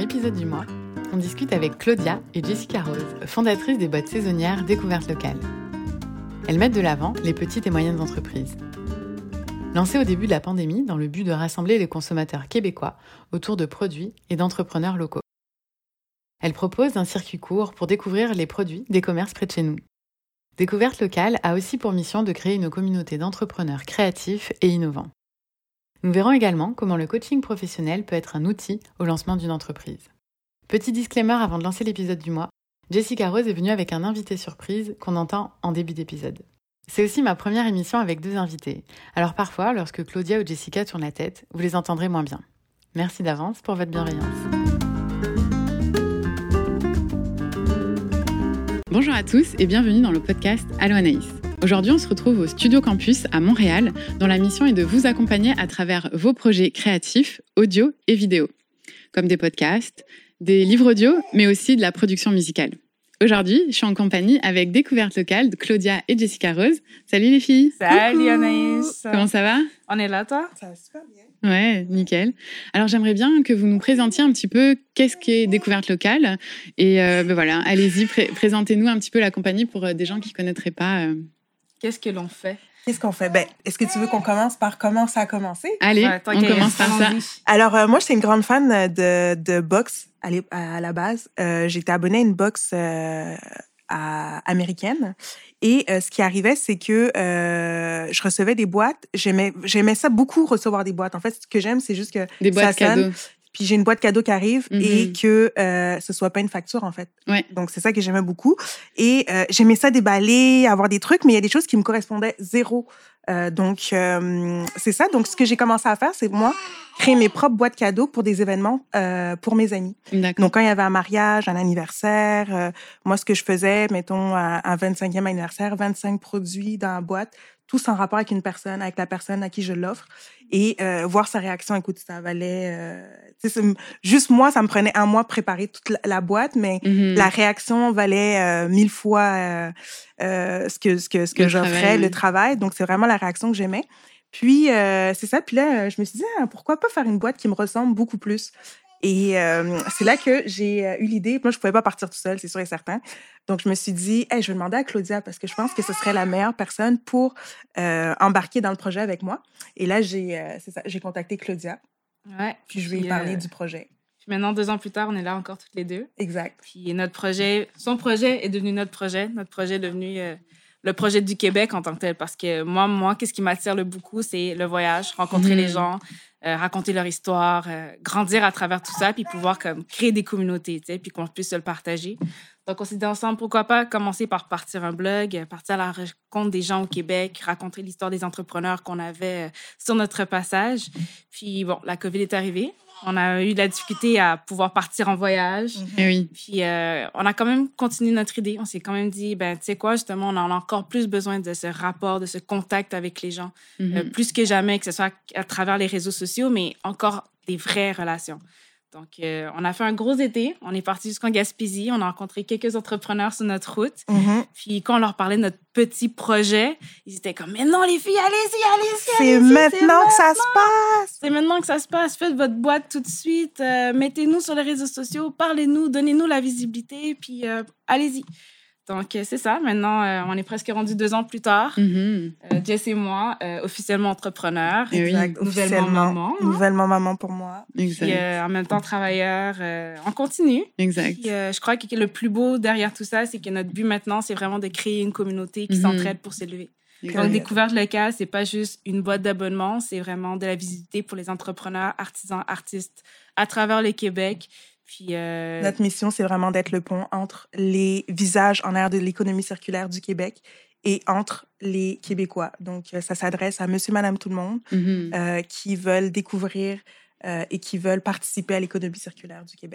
épisode du mois, on discute avec Claudia et Jessica Rose, fondatrices des boîtes saisonnières Découvertes Locales. Elles mettent de l'avant les petites et moyennes entreprises. Lancées au début de la pandémie dans le but de rassembler les consommateurs québécois autour de produits et d'entrepreneurs locaux. Elles proposent un circuit court pour découvrir les produits des commerces près de chez nous. Découvertes Locales a aussi pour mission de créer une communauté d'entrepreneurs créatifs et innovants. Nous verrons également comment le coaching professionnel peut être un outil au lancement d'une entreprise. Petit disclaimer avant de lancer l'épisode du mois, Jessica Rose est venue avec un invité surprise qu'on entend en début d'épisode. C'est aussi ma première émission avec 2 invités, alors parfois, lorsque Claudia ou Jessica tournent la tête, vous les entendrez moins bien. Merci d'avance pour votre bienveillance. Bonjour à tous et bienvenue dans le podcast Allo Anaïs. Aujourd'hui, on se retrouve au Studio Campus à Montréal, dont la mission est de vous accompagner à travers vos projets créatifs, audio et vidéo, comme des podcasts, des livres audio, mais aussi de la production musicale. Aujourd'hui, je suis en compagnie avec Découvertes Locales de Claudia et Jessica Rose. Salut les filles! Salut Anaïs! Comment ça va? On est là, toi? Ça va super bien. Ouais, nickel. Alors, j'aimerais bien que vous nous présentiez un petit peu qu'est-ce qu'est Découvertes Locales. Et voilà, allez-y, présentez-nous un petit peu la compagnie pour des gens qui ne connaîtraient pas. Qu'est-ce que l'on fait? Qu'est-ce qu'on fait? Est-ce que tu veux qu'on commence par comment ça a commencé? Allez, on commence par ça. Alors, moi, j'étais une grande fan de boxe à la base. J'étais abonnée à une boxe américaine. Et ce qui arrivait, c'est que je recevais des boîtes. J'aimais ça beaucoup, recevoir des boîtes. En fait, ce que j'aime, c'est juste que des boîtes cadeaux. Puis j'ai une boîte cadeau qui arrive et que ce soit pas une facture, en fait. Ouais. Donc, c'est ça que j'aimais beaucoup. Et j'aimais ça déballer, avoir des trucs, mais il y a des choses qui me correspondaient zéro. Donc, c'est ça. Donc, ce que j'ai commencé à faire, c'est moi, créer mes propres boîtes cadeaux pour des événements pour mes amis. D'accord. Donc, quand il y avait un mariage, un anniversaire, moi, ce que je faisais, mettons, un 25e anniversaire, 25 produits dans la boîte, tous en rapport avec une personne, avec la personne à qui je l'offre. Et voir sa réaction, écoute, ça valait... juste moi, ça me prenait un mois de préparer toute la boîte, mais la réaction valait 1000 fois ce que j'offrais, le travail. Donc, c'est vraiment la réaction que j'aimais. Puis, c'est ça. Puis là, je me suis dit, pourquoi pas faire une boîte qui me ressemble beaucoup plus? Et c'est là que j'ai eu l'idée. Moi, je pouvais pas partir tout seul, c'est sûr et certain. Donc, je me suis dit, je vais demander à Claudia parce que je pense que ce serait la meilleure personne pour embarquer dans le projet avec moi. Et là, j'ai contacté Claudia. Ouais. Puis, je lui ai parlé du projet. Puis maintenant, 2 ans plus tard, on est là encore toutes les deux. Exact. Puis son projet est devenu notre projet. Notre projet est devenu le projet du Québec en tant que tel. Parce que moi, qu'est-ce qui m'attire le beaucoup, c'est le voyage, rencontrer les gens, raconter leur histoire, grandir à travers tout ça, puis pouvoir comme créer des communautés, tu sais, puis qu'on puisse se le partager. Donc, on s'est dit ensemble, pourquoi pas commencer par partir un blog, partir à la rencontre des gens au Québec, raconter l'histoire des entrepreneurs qu'on avait sur notre passage. Puis, bon, la COVID est arrivée. On a eu de la difficulté à pouvoir partir en voyage. Oui. Puis, on a quand même continué notre idée. On s'est quand même dit, tu sais quoi, justement, on en a encore plus besoin de ce rapport, de ce contact avec les gens. Plus que jamais, que ce soit à travers les réseaux sociaux, mais encore des vraies relations. Donc, on a fait un gros été. On est parti jusqu'en Gaspésie. On a rencontré quelques entrepreneurs sur notre route. Puis, quand on leur parlait de notre petit projet, ils étaient comme, mais non, les filles, allez-y. C'est maintenant que ça se passe. C'est maintenant que ça se passe. Faites votre boîte tout de suite. Mettez-nous sur les réseaux sociaux. Parlez-nous. Donnez-nous la visibilité. Puis, allez-y. Donc, c'est ça. Maintenant, on est presque rendu 2 ans plus tard. Jess et moi, officiellement entrepreneurs. Exact. Nouvellement maman. Nouvellement maman pour moi. Exact. Puis, en même temps, travailleur. On continue. Exact. Puis, je crois que le plus beau derrière tout ça, c'est que notre but maintenant, c'est vraiment de créer une communauté qui s'entraide pour s'élever. Donc, Découvertes Locales, c'est pas juste une boîte d'abonnement, c'est vraiment de la visibilité pour les entrepreneurs, artisans, artistes à travers le Québec. Puis, notre mission, c'est vraiment d'être le pont entre les visages en ère de l'économie circulaire du Québec et entre les Québécois. Donc, ça s'adresse à monsieur, madame, tout le monde qui veulent découvrir et qui veulent participer à l'économie circulaire du Québec.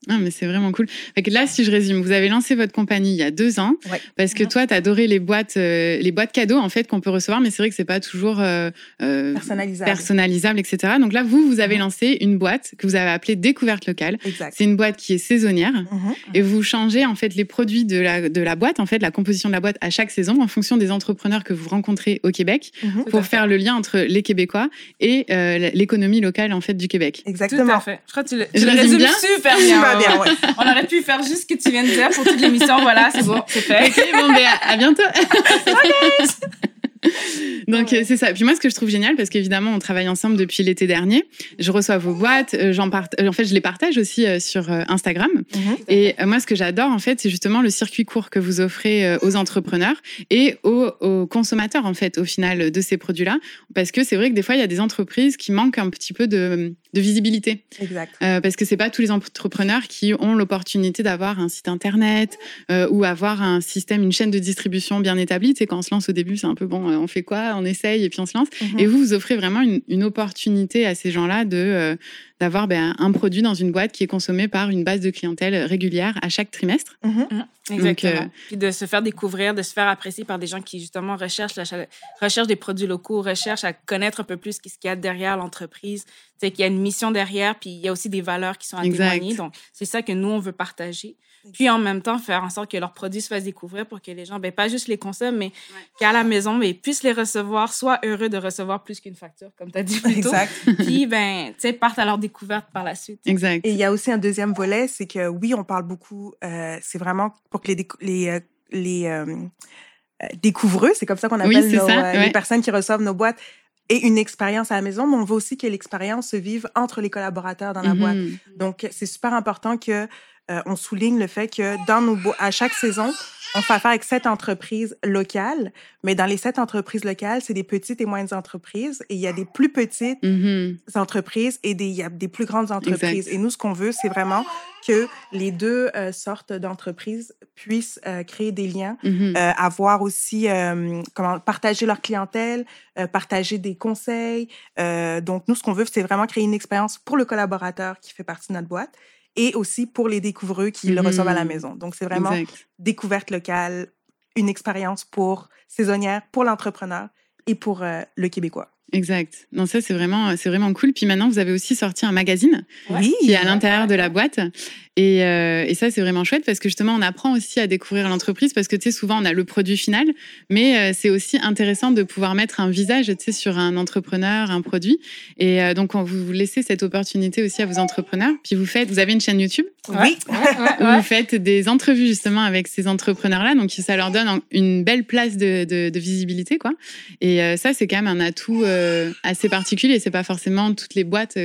Ah, mais c'est vraiment cool. Fait que là, si je résume, vous avez lancé votre compagnie il y a 2 ans, parce que toi, t'as adoré les boîtes cadeaux, en fait, qu'on peut recevoir, mais c'est vrai que c'est pas toujours personnalisable, etc. Donc là, vous avez lancé une boîte que vous avez appelée Découverte locale. Exact. C'est une boîte qui est saisonnière, et vous changez, en fait, les produits de la boîte, en fait, la composition de la boîte à chaque saison, en fonction des entrepreneurs que vous rencontrez au Québec, pour faire le lien entre les Québécois et l'économie locale, en fait, du Québec. Exactement. Tout à fait. Je crois que tu le résumes bien? Super bien. Bien, ouais. On aurait pu faire juste ce que tu viens de dire pour toute l'émission. Voilà, c'est bon, c'est fait. Ok, bon, ben, à bientôt. Donc, c'est ça. Puis moi, ce que je trouve génial, parce qu'évidemment, on travaille ensemble depuis l'été dernier. Je reçois vos boîtes. En fait, je les partage aussi sur Instagram. Et moi, ce que j'adore, en fait, c'est justement le circuit court que vous offrez aux entrepreneurs et aux consommateurs, en fait, au final, de ces produits-là. Parce que c'est vrai que des fois, il y a des entreprises qui manquent un petit peu de visibilité. Exact. Parce que c'est pas tous les entrepreneurs qui ont l'opportunité d'avoir un site internet ou avoir un système, une chaîne de distribution bien établie. Tu sais, quand on se lance au début, c'est un peu bon, on fait quoi? On essaye et puis on se lance. Et vous offrez vraiment une opportunité à ces gens-là d'avoir un produit dans une boîte qui est consommé par une base de clientèle régulière à chaque trimestre. Exactement. Donc, puis de se faire découvrir, de se faire apprécier par des gens qui, justement, recherchent des produits locaux, recherchent à connaître un peu plus ce qu'il y a derrière l'entreprise. Tu sais, qu'il y a une mission derrière, puis il y a aussi des valeurs qui sont à témoigner. Donc, c'est ça que nous, on veut partager. Puis, en même temps, faire en sorte que leurs produits se fassent découvrir pour que les gens, pas juste les consomment, mais qu'à la maison, puissent les recevoir, soient heureux de recevoir plus qu'une facture, comme tu as dit plus tôt. Exact. Puis, tu sais, partent à leur découverte par la suite. Exact. Et il y a aussi un deuxième volet, c'est que oui, on parle beaucoup, c'est vraiment pour que les découvreux, c'est comme ça qu'on appelle les personnes qui reçoivent nos boîtes, aient une expérience à la maison, mais on veut aussi que l'expérience se vive entre les collaborateurs dans la boîte. Donc, c'est super important que on souligne le fait que à chaque saison, on fait affaire avec 7 entreprises locales, mais dans les 7 entreprises locales, c'est des petites et moyennes entreprises, et il y a des plus petites entreprises et il y a des plus grandes entreprises. Et nous, ce qu'on veut, c'est vraiment que les deux sortes d'entreprises puissent créer des liens, avoir aussi comment partager leur clientèle, partager des conseils. Donc, nous, ce qu'on veut, c'est vraiment créer une expérience pour le collaborateur qui fait partie de notre boîte, et aussi pour les découvreux qui le reçoivent à la maison. Donc, c'est vraiment découverte locale, une expérience saisonnière pour l'entrepreneur et pour le Québécois. Exact. Non, ça, c'est vraiment cool. Puis maintenant, vous avez aussi sorti un magazine qui est à l'intérieur de la boîte. Et ça, c'est vraiment chouette parce que justement, on apprend aussi à découvrir l'entreprise parce que, tu sais, souvent, on a le produit final, mais c'est aussi intéressant de pouvoir mettre un visage, tu sais, sur un entrepreneur, un produit. Et donc, on vous laissez cette opportunité aussi à vos entrepreneurs. Puis vous avez une chaîne YouTube. Oui. Où vous faites des entrevues justement avec ces entrepreneurs-là. Donc, ça leur donne une belle place de visibilité, quoi. Et ça, c'est quand même un atout assez particulier. C'est pas forcément toutes les boîtes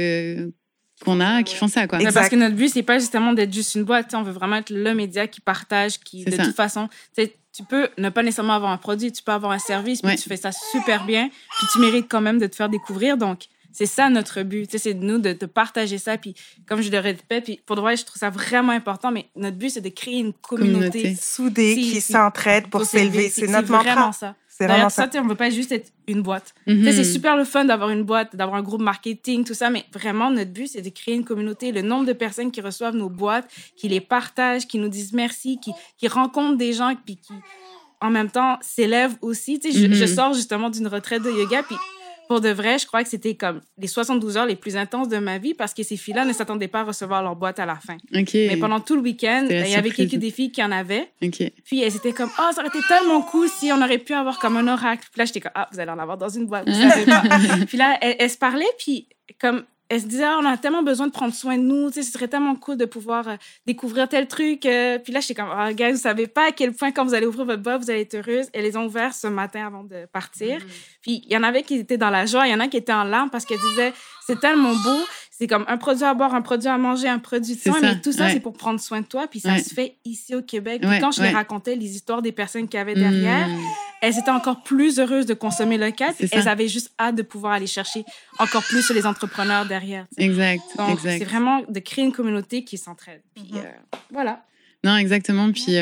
qu'on a qui font ça, quoi. Parce que notre but, c'est pas justement d'être juste une boîte. On veut vraiment être le média qui partage, toute façon, tu peux ne pas nécrainement avoir un produit, tu peux avoir un service, puis tu fais ça super bien, puis tu mérites quand même de te faire découvrir. Donc, c'est ça notre but. C'est de nous de partager ça. Puis, comme je le répète, puis pour de vrai, je trouve ça vraiment important, mais notre but, c'est de créer une communauté soudée qui s'entraide pour s'élever. C'est notre mantra. C'est vraiment ça. D'ailleurs, ça, on ne veut pas juste être une boîte. C'est super le fun d'avoir une boîte, d'avoir un groupe marketing, tout ça, mais vraiment, notre but, c'est de créer une communauté. Le nombre de personnes qui reçoivent nos boîtes, qui les partagent, qui nous disent merci, qui rencontrent des gens, puis qui, en même temps, s'élèvent aussi. Je sors justement d'une retraite de yoga, puis pour de vrai, je crois que c'était comme les 72 heures les plus intenses de ma vie parce que ces filles-là ne s'attendaient pas à recevoir leur boîte à la fin. Mais pendant tout le week-end, il y avait quelques des filles qui en avaient. Puis elles étaient comme « Oh, ça aurait été tellement cool si on aurait pu avoir comme un oracle. » Puis là, j'étais comme « Ah, vous allez en avoir dans une boîte, vous savez pas. » Puis là, elles se parlaient, puis comme... Elle se disait, on a tellement besoin de prendre soin de nous, ce serait tellement cool de pouvoir découvrir tel truc. Puis là, j'étais comme, gars, vous savez pas à quel point, quand vous allez ouvrir votre boîte, vous allez être heureuse. Elles les ont ouvertes ce matin avant de partir. Puis il y en avait qui étaient dans la joie, il y en a qui étaient en larmes parce qu'elles disaient, c'est tellement beau, c'est comme un produit à boire, un produit à manger, un produit de soin, mais tout ça, c'est pour prendre soin de toi. Puis ça se fait ici au Québec. Puis quand je les racontais, les histoires des personnes qu'il y avait derrière, elles étaient encore plus heureuses de consommer local. Elles avaient juste hâte de pouvoir aller chercher encore plus sur les entrepreneurs derrière. T'sais. Exact. Donc, c'est vraiment de créer une communauté qui s'entraide. Puis voilà. Non, exactement. Puis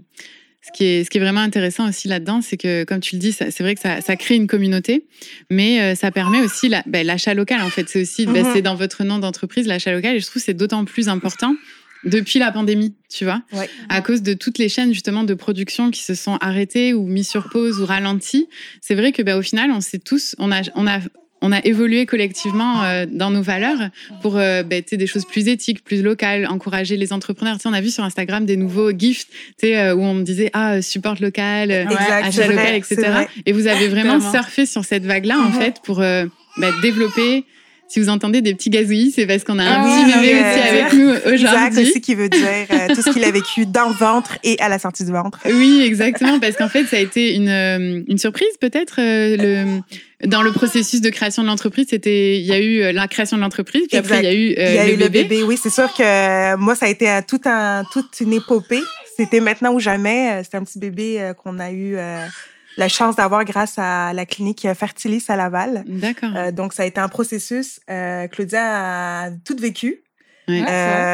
ce qui est vraiment intéressant aussi là-dedans, c'est que, comme tu le dis, c'est vrai que ça crée une communauté, mais ça permet aussi l'achat local, en fait. C'est aussi, c'est dans votre nom d'entreprise, l'achat local. Et je trouve que c'est d'autant plus important depuis la pandémie, tu vois, Ouais. à cause de toutes les chaînes justement de production qui se sont arrêtées ou mises sur pause ou ralenties. C'est vrai que au final, on a évolué collectivement dans nos valeurs pour des choses plus éthiques, plus locales, encourager les entrepreneurs. Tu sais, on a vu sur Instagram des nouveaux gifts où on me disait support local, achat local, etc. Et vous avez vraiment surfé sur cette vague-là en fait pour développer. Si vous entendez des petits gazouillis, c'est parce qu'on a un petit bébé aussi avec nous aujourd'hui. Exact, c'est ce qui veut dire tout ce qu'il a vécu dans le ventre et à la sortie du ventre. Oui, exactement, parce qu'en fait, ça a été une surprise peut-être. Dans le processus de création de l'entreprise, il y a eu la création de l'entreprise, puis après, il y a eu le bébé. Oui, c'est sûr que moi, ça a été toute une épopée. C'était maintenant ou jamais. C'était un petit bébé qu'on a eu... la chance d'avoir grâce à la clinique Fertilis à Laval. D'accord. Donc, ça a été un processus. Claudia a tout vécu. Ouais.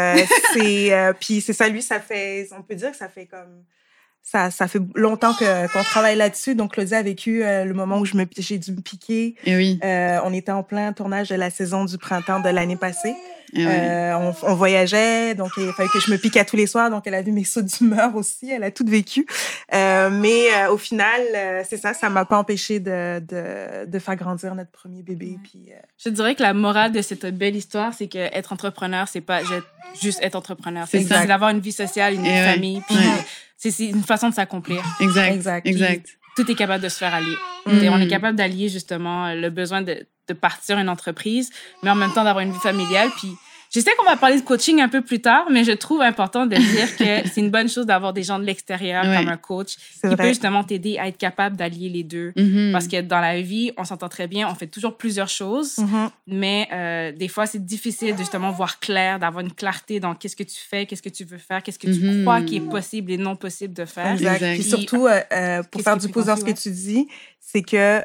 Puis c'est ça, lui, on peut dire que ça fait comme... Ça fait longtemps qu'on travaille là-dessus. Donc, Claudia a vécu le moment où j'ai dû me piquer. Et oui. On était en plein tournage de la saison du printemps de l'année passée. Ouais. On voyageait, donc il fallait que je me pique à tous les soirs. Donc, elle a vu mes sauts d'humeur aussi. Elle a tout vécu. Mais au final, c'est ça m'a pas empêché de faire grandir notre premier bébé. Puis, Je dirais que la morale de cette belle histoire, c'est que être entrepreneur, c'est pas juste être entrepreneur. C'est d'avoir une vie sociale, une vie de famille. Puis c'est une façon de s'accomplir. Exact. Tout est capable de se faire allier. On est capable d'allier justement le besoin de partir une entreprise, mais en même temps d'avoir une vie familiale. Puis je sais qu'on va parler de coaching un peu plus tard, mais je trouve important de dire que c'est une bonne chose d'avoir des gens de l'extérieur comme un coach qui peut justement t'aider à être capable d'allier les deux. Parce que dans la vie, on s'entend très bien, on fait toujours plusieurs choses, mais des fois, c'est difficile de justement voir clair, d'avoir une clarté dans qu'est-ce que tu fais, qu'est-ce que tu veux faire, qu'est-ce que tu crois qui est possible et non possible de faire. Exact. Puis surtout, pour faire du pouce dans ce que tu dis, c'est que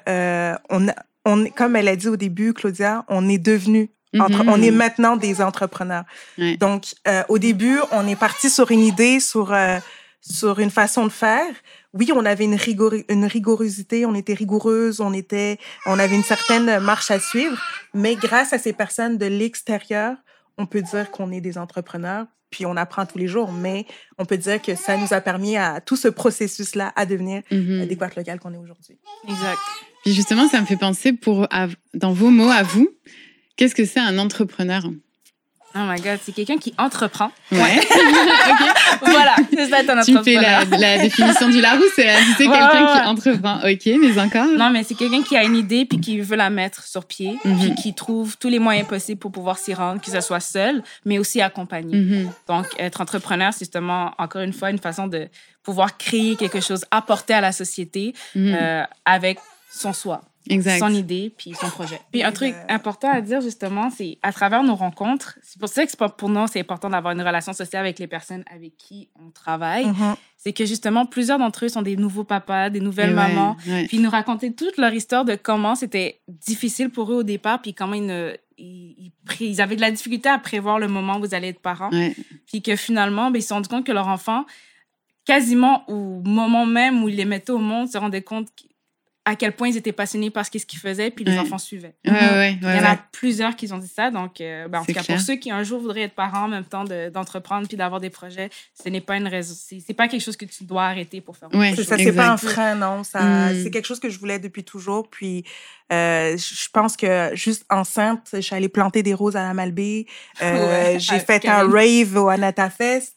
comme elle a dit au début, Claudia, on est devenus on est maintenant des entrepreneurs. Ouais. Donc, au début, on est parti sur une idée, sur une façon de faire. Oui, on avait une rigorosité, on était rigoureuse, on avait une certaine marche à suivre, mais grâce à ces personnes de l'extérieur, on peut dire qu'on est des entrepreneurs, puis on apprend tous les jours, mais on peut dire que ça nous a permis à tout ce processus-là à devenir Découverte locale qu'on est aujourd'hui. Exact. Puis justement, ça me fait penser dans vos mots à vous, qu'est-ce que c'est un entrepreneur? Oh my God, c'est quelqu'un qui entreprend. Ouais. OK. Voilà, c'est ça ton entrepreneur. Tu fais la définition du Larousse, c'est quelqu'un qui entreprend. OK, mais encore? Non, mais c'est quelqu'un qui a une idée puis qui veut la mettre sur pied, puis qui trouve tous les moyens possibles pour pouvoir s'y rendre, que ce soit seul, mais aussi accompagné. Donc, être entrepreneur, c'est justement, encore une fois, une façon de pouvoir créer quelque chose, apporter à la société avec son soi. Exact. Son idée puis son projet. Puis un truc important à dire justement, c'est à travers nos rencontres, c'est pour ça que pour nous, c'est important d'avoir une relation sociale avec les personnes avec qui on travaille. C'est que justement, plusieurs d'entre eux sont des nouveaux papas, des nouvelles mamans. Puis ils nous racontaient toute leur histoire de comment c'était difficile pour eux au départ, puis comment ils avaient de la difficulté à prévoir le moment où vous allez être parents. Puis que finalement, ils se sont rendus compte que leur enfant, quasiment au moment même où ils les mettaient au monde, se rendaient compte à quel point ils étaient passionnés par ce qu'ils faisaient, puis les enfants suivaient. Il y en a plusieurs qui ont dit ça. Donc, en tout cas, pour ceux qui un jour voudraient être parents en même temps d'entreprendre puis d'avoir des projets, ce n'est pas une raison. C'est pas quelque chose que tu dois arrêter pour faire. C'est pas un frein, non. C'est quelque chose que je voulais depuis toujours. Puis, je pense que juste enceinte, je suis allée planter des roses à la Malbaie. J'ai fait un rave au Anata Fest.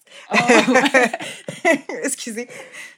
Excusez.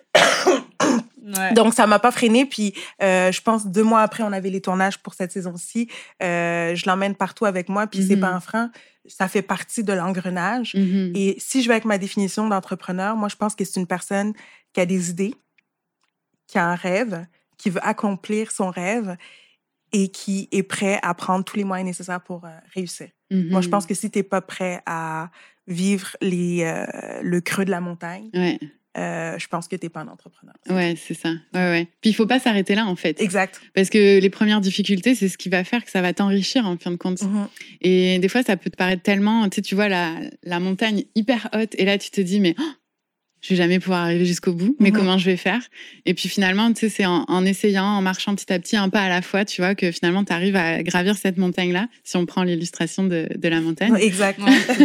Donc, ça m'a pas freinée. Puis, je pense 2 mois après, on avait les tournages pour cette saison-ci. Je l'emmène partout avec moi. Puis, c'est pas un frein. Ça fait partie de l'engrenage. Et si je vais avec ma définition d'entrepreneur, moi, je pense que c'est une personne qui a des idées, qui a un rêve, qui veut accomplir son rêve et qui est prêt à prendre tous les moyens nécessaires pour réussir. Moi, je pense que si t'es pas prêt à vivre le creux de la montagne, je pense que t'es pas un entrepreneur. C'est ça. Puis il faut pas s'arrêter là, en fait. Exact. Parce que les premières difficultés, c'est ce qui va faire que ça va t'enrichir, en fin de compte. Et des fois, ça peut te paraître tellement... Tu vois, la montagne hyper haute, et là, tu te dis, mais je vais jamais pouvoir arriver jusqu'au bout, mais comment je vais faire? Et puis finalement, tu sais, c'est en essayant, en marchant petit à petit, un pas à la fois, tu vois, que finalement, tu arrives à gravir cette montagne-là, si on prend l'illustration de la montagne. Ouais, exact.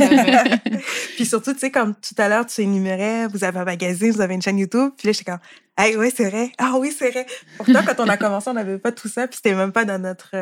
Puis surtout, tu sais, comme tout à l'heure, tu énumérais, vous avez un magazine, vous avez une chaîne YouTube, puis là, j'étais comme, hey, ouais, c'est vrai. Ah oui, c'est vrai. Pourtant, quand on a commencé, on n'avait pas tout ça, puis c'était même pas dans notre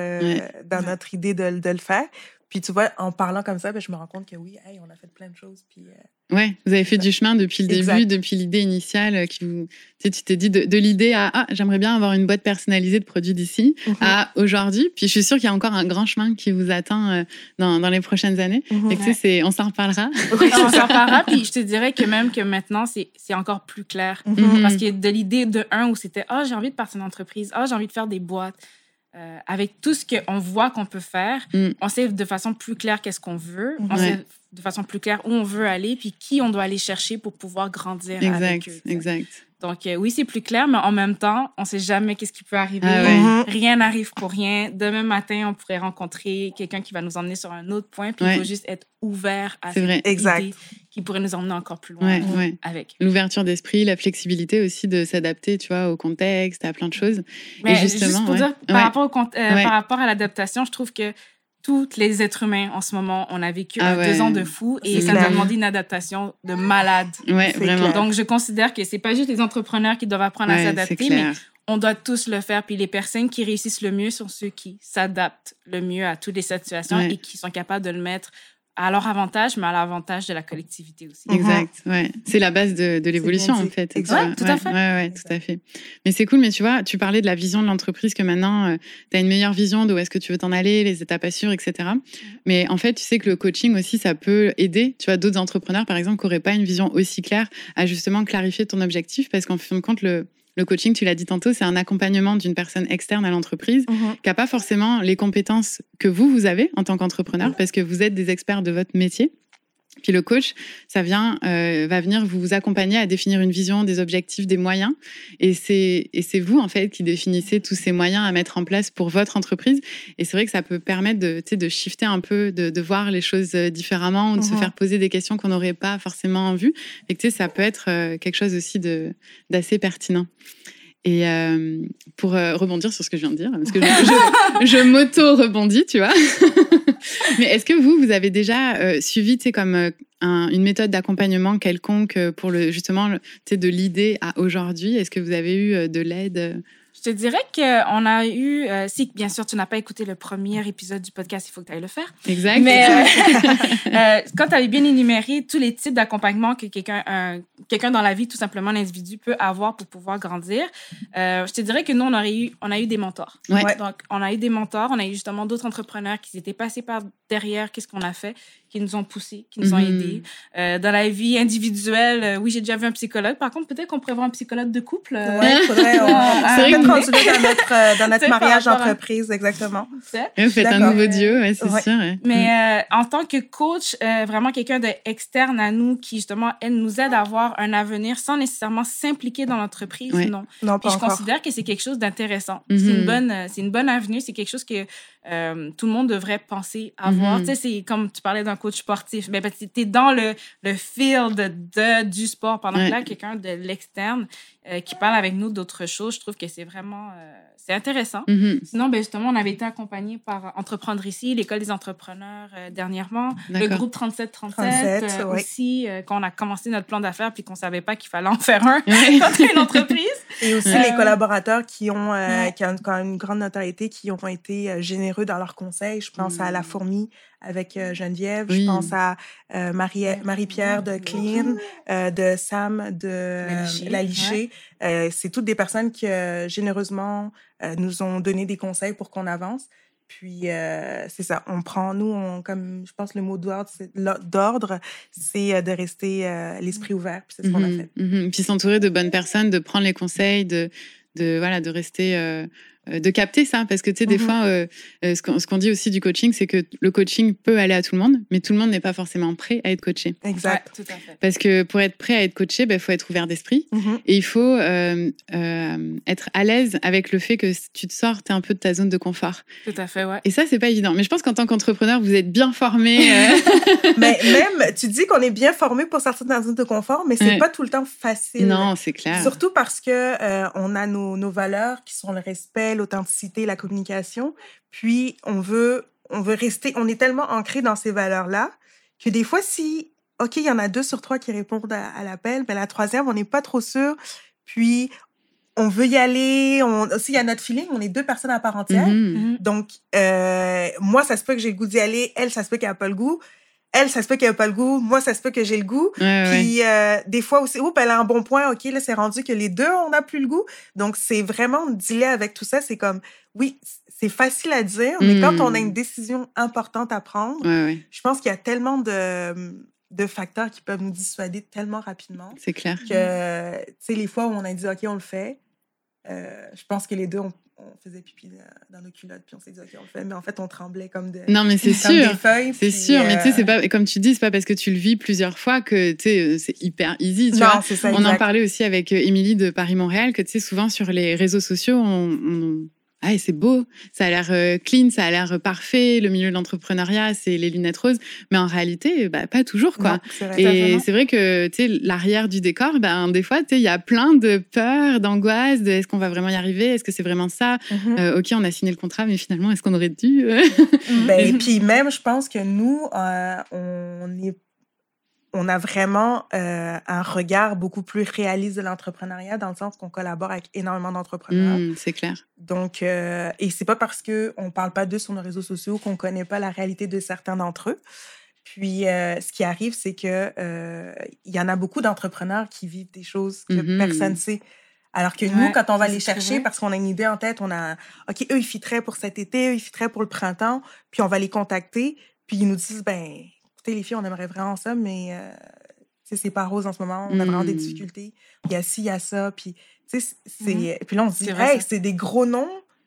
idée de le faire. Puis tu vois, en parlant comme ça, ben, je me rends compte que oui, hey, on a fait plein de choses. Puis, ouais, vous avez fait du chemin depuis le début, depuis l'idée initiale. Tu t'es dit de l'idée à j'aimerais bien avoir une boîte personnalisée de produits d'ici à aujourd'hui. Puis je suis sûre qu'il y a encore un grand chemin qui vous attend dans les prochaines années. Et que, tu sais, on s'en reparlera. Oui, on s'en reparlera. Puis je te dirais que même que maintenant, c'est encore plus clair. Parce que de l'idée de où c'était j'ai envie de partir d'une entreprise, j'ai envie de faire des boîtes. Avec tout ce qu'on voit qu'on peut faire, on sait de façon plus claire qu'est-ce qu'on veut, on sait de façon plus claire où on veut aller, puis qui on doit aller chercher pour pouvoir grandir avec eux. Exact. Donc, oui, c'est plus clair, mais en même temps, on ne sait jamais qu'est-ce qui peut arriver. Rien n'arrive pour rien. Demain matin, on pourrait rencontrer quelqu'un qui va nous emmener sur un autre point, puis il faut juste être ouvert à cette idée qui pourrait nous emmener encore plus loin avec. L'ouverture d'esprit, la flexibilité aussi de s'adapter, tu vois, au contexte, à plein de choses. Mais justement, juste pour dire, par rapport à l'adaptation, je trouve que tous les êtres humains, en ce moment, on a vécu 2 ans de fou et ça nous a demandé une adaptation de malade. Ouais, vraiment. Donc, je considère que c'est pas juste les entrepreneurs qui doivent apprendre à s'adapter, mais on doit tous le faire. Puis les personnes qui réussissent le mieux sont ceux qui s'adaptent le mieux à toutes les situations et qui sont capables de le mettre à leur avantage, mais à l'avantage de la collectivité aussi. Exact, ouais. C'est la base de l'évolution, en fait. Exact, tout à fait. Ouais, tout à fait. Mais c'est cool, mais tu vois, tu parlais de la vision de l'entreprise, que maintenant, tu as une meilleure vision de où est-ce que tu veux t'en aller, les étapes à suivre, etc. Mais en fait, tu sais que le coaching aussi, ça peut aider, tu vois, d'autres entrepreneurs, par exemple, qui n'auraient pas une vision aussi claire à justement clarifier ton objectif, parce qu'en fin de compte, le coaching, tu l'as dit tantôt, c'est un accompagnement d'une personne externe à l'entreprise qui n'a pas forcément les compétences que vous avez en tant qu'entrepreneur parce que vous êtes des experts de votre métier. Puis le coach, ça va venir vous accompagner à définir une vision, des objectifs, des moyens. Et c'est vous, en fait, qui définissez tous ces moyens à mettre en place pour votre entreprise. Et c'est vrai que ça peut permettre de shifter un peu, de voir les choses différemment ou de se faire poser des questions qu'on n'aurait pas forcément vues. Et que ça peut être quelque chose aussi d'assez pertinent. Et pour rebondir sur ce que je viens de dire, parce que je m'auto-rebondis, tu vois. Mais est-ce que vous avez déjà suivi, tu sais, comme une méthode d'accompagnement quelconque pour justement, tu sais, de l'idée à aujourd'hui? Est-ce que vous avez eu de l'aide? Je te dirais qu'on a eu... si, bien sûr, tu n'as pas écouté le premier épisode du podcast, il faut que tu ailles le faire. Exact. Mais quand tu avais bien énuméré tous les types d'accompagnement que quelqu'un dans la vie, tout simplement, l'individu peut avoir pour pouvoir grandir, je te dirais que nous, on a eu des mentors. Ouais. Donc, on a eu des mentors, on a eu justement d'autres entrepreneurs qui s'étaient passés par derrière qu'est-ce qu'on a fait, qui nous ont poussés, qui nous ont aidés. Dans la vie individuelle, oui, j'ai déjà vu un psychologue. Par contre, peut-être qu'on pourrait voir un psychologue de couple. Oui, faudrait... c'est vrai que dans notre mariage d'entreprise, exactement. Faites un nouveau duo, c'est sûr. Ouais. Mais en tant que coach, vraiment quelqu'un d'externe à nous qui, justement, elle nous aide à avoir un avenir sans nécessairement s'impliquer dans l'entreprise, non. Puis je considère que c'est quelque chose d'intéressant. C'est une bonne avenue, c'est quelque chose que tout le monde devrait penser avoir. Tu sais, c'est comme tu parlais d'un coach sportif. Mais tu es dans le field du sport pendant que là, quelqu'un de l'externe qui parle avec nous d'autres choses, je trouve que c'est vraiment c'est intéressant. Sinon, justement, on avait été accompagnés par Entreprendre ici, l'École des entrepreneurs dernièrement, le groupe 3737 aussi, quand on a commencé notre plan d'affaires puis qu'on savait pas qu'il fallait en faire un contre une entreprise. Et aussi les collaborateurs qui ont quand même une grande notoriété, qui ont été généreux dans leurs conseils. Je pense à La Fourmi avec Geneviève, je pense à Marie-Pierre de Clean, de Sam de La Lichée. C'est toutes des personnes qui généreusement nous ont donné des conseils pour qu'on avance. Puis, c'est ça, comme je pense le mot d'ordre, c'est de rester l'esprit ouvert. Puis c'est ce qu'on a fait. Puis s'entourer de bonnes personnes, de prendre les conseils, de rester de capter ça, parce que tu sais, des fois, ce qu'on dit aussi du coaching, c'est que le coaching peut aller à tout le monde, mais tout le monde n'est pas forcément prêt à être coaché. Exact. Ouais, tout à fait. Parce que pour être prêt à être coaché, il faut être ouvert d'esprit et il faut être à l'aise avec le fait que tu te sortes un peu de ta zone de confort. Tout à fait, ouais. Et ça, c'est pas évident. Mais je pense qu'en tant qu'entrepreneur, vous êtes bien formé. Mais même, tu dis qu'on est bien formé pour sortir de la zone de confort, mais c'est pas tout le temps facile. Non, c'est clair. Surtout parce que on a nos valeurs qui sont le respect, l'authenticité, la communication. Puis on veut rester, on est tellement ancré dans ces valeurs-là que des fois, si, OK, il y en a 2 sur 3 qui répondent à l'appel, mais la troisième, on n'est pas trop sûr. Puis on veut y aller. Aussi, il y a notre feeling. On est 2 personnes à part entière. Donc, moi, ça se peut que j'ai le goût d'y aller. Elle, ça se peut qu'elle n'a pas le goût. Elle, ça se peut qu'elle n'a pas le goût. Moi, ça se peut que j'ai le goût. Puis, des fois aussi, elle a un bon point. OK, là, c'est rendu que les 2, on n'a plus le goût. Donc, c'est vraiment dealer avec tout ça. C'est comme, oui, c'est facile à dire, mais quand on a une décision importante à prendre, je pense qu'il y a tellement de facteurs qui peuvent nous dissuader tellement rapidement. C'est clair. Que, tu sais, les fois où on a dit, OK, on le fait, je pense que les 2, on faisait pipi dans nos culottes, puis on s'est dit, OK, on le fait. Mais en fait, on tremblait comme non, mais c'est comme sûr. des feuilles. C'est sûr, mais tu sais, c'est pas, comme tu dis, c'est pas parce que tu le vis plusieurs fois que, tu sais, c'est hyper easy, tu vois. C'est ça, on en parlait aussi avec Émilie de Paris-Montréal, que, tu sais, souvent sur les réseaux sociaux, ah, c'est beau, ça a l'air clean, ça a l'air parfait, le milieu de l'entrepreneuriat, c'est les lunettes roses, mais en réalité, pas toujours, quoi. Non, c'est vrai. Et c'est vrai que, tu sais, l'arrière du décor, des fois, tu sais, il y a plein de peurs, d'angoisses, de est-ce qu'on va vraiment y arriver, est-ce que c'est vraiment ça? OK, on a signé le contrat, mais finalement, est-ce qu'on aurait dû? Et puis même, je pense que nous, on a vraiment un regard beaucoup plus réaliste de l'entrepreneuriat dans le sens qu'on collabore avec énormément d'entrepreneurs. C'est clair. Donc, et c'est pas parce qu'on parle pas d'eux sur nos réseaux sociaux qu'on connaît pas la réalité de certains d'entre eux. Puis, ce qui arrive, c'est que il y en a beaucoup d'entrepreneurs qui vivent des choses que personne ne sait. Alors que nous, quand on va les chercher, parce qu'on a une idée en tête, on a, OK, eux, ils fitteraient pour cet été, eux, ils fitteraient pour le printemps, puis on va les contacter, puis ils nous disent, écoutez, les filles, on aimerait vraiment ça, mais c'est pas rose en ce moment, on a vraiment des difficultés. Il y a ci, il y a ça, puis puis là, on se dit, c'est des gros noms,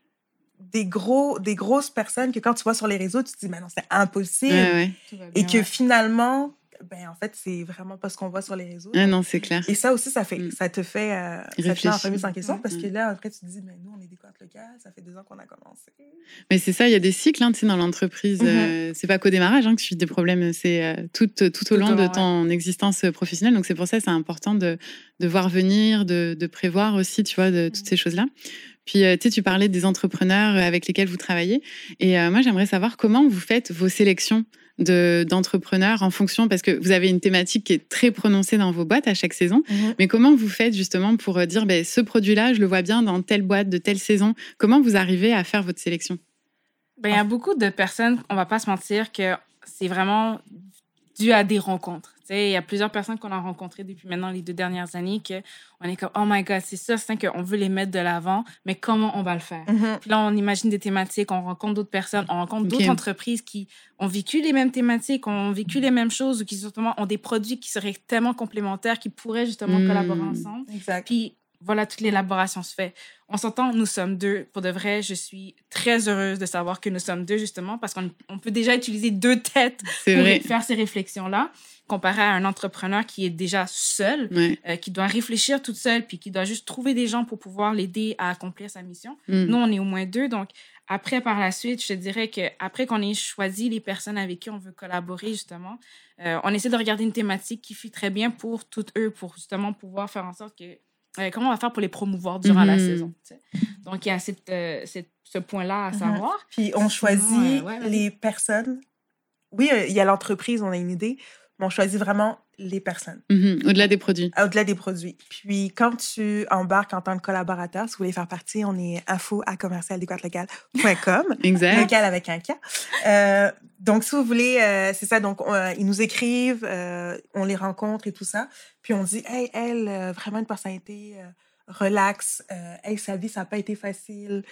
des grosses personnes que quand tu vois sur les réseaux, tu te dis, mais non, c'est impossible. Et que finalement, en fait, c'est vraiment pas ce qu'on voit sur les réseaux. Non, c'est clair. Et ça aussi, ça te fait en remise en question parce que là, après, tu te dis, mais nous, on est découverte locale, ça fait 2 ans qu'on a commencé. Mais c'est ça, il y a des cycles, tu sais, dans l'entreprise. C'est pas qu'au démarrage que tu vis des problèmes, c'est tout au long de ton existence professionnelle. Donc, c'est pour ça que c'est important de voir venir, de prévoir aussi, tu vois, de toutes ces choses-là. Puis, tu sais, tu parlais des entrepreneurs avec lesquels vous travaillez. Et moi, j'aimerais savoir comment vous faites vos sélections d'entrepreneurs en fonction, parce que vous avez une thématique qui est très prononcée dans vos boîtes à chaque saison, mais comment vous faites justement pour dire, ce produit-là, je le vois bien dans telle boîte, de telle saison. Comment vous arrivez à faire votre sélection? Il y a beaucoup de personnes, on va pas se mentir, que c'est vraiment dû à des rencontres. Il y a plusieurs personnes qu'on a rencontrées depuis maintenant les 2 dernières années qu'on est comme, oh my God, c'est ça, c'est qu'on veut les mettre de l'avant, mais comment on va le faire? Puis là, on imagine des thématiques, on rencontre d'autres personnes, on rencontre d'autres entreprises qui ont vécu les mêmes thématiques, ont vécu les mêmes choses ou qui justement ont des produits qui seraient tellement complémentaires, qui pourraient justement collaborer ensemble. Exact. Puis voilà, toute l'élaboration se fait. On s'entend, nous sommes 2. Pour de vrai, je suis très heureuse de savoir que nous sommes 2, justement, parce qu'on peut déjà utiliser 2 têtes pour faire ces réflexions-là, comparé à un entrepreneur qui est déjà seul, qui doit réfléchir toute seule, puis qui doit juste trouver des gens pour pouvoir l'aider à accomplir sa mission. Nous, on est au moins 2, donc après, par la suite, je te dirais qu'après qu'on ait choisi les personnes avec qui on veut collaborer, justement, on essaie de regarder une thématique qui fit très bien pour toutes eux, pour justement pouvoir faire en sorte que comment on va faire pour les promouvoir durant la saison. T'sais. Donc, il y a ce point-là à savoir. Puis, on choisit les personnes. Oui, il y a l'entreprise, on a une idée, mais on choisit vraiment les personnes. Au-delà des produits. Au-delà des produits. Puis, quand tu embarques en tant que collaborateur, si vous voulez faire partie, on est info@commercialdécouverte-locale.com. Exact. Local avec un K. Donc, si vous voulez, c'est ça. Donc, ils nous écrivent, on les rencontre et tout ça. Puis, on dit, hey, elle, vraiment une personnalité relax. Hey, sa vie, ça n'a pas été facile.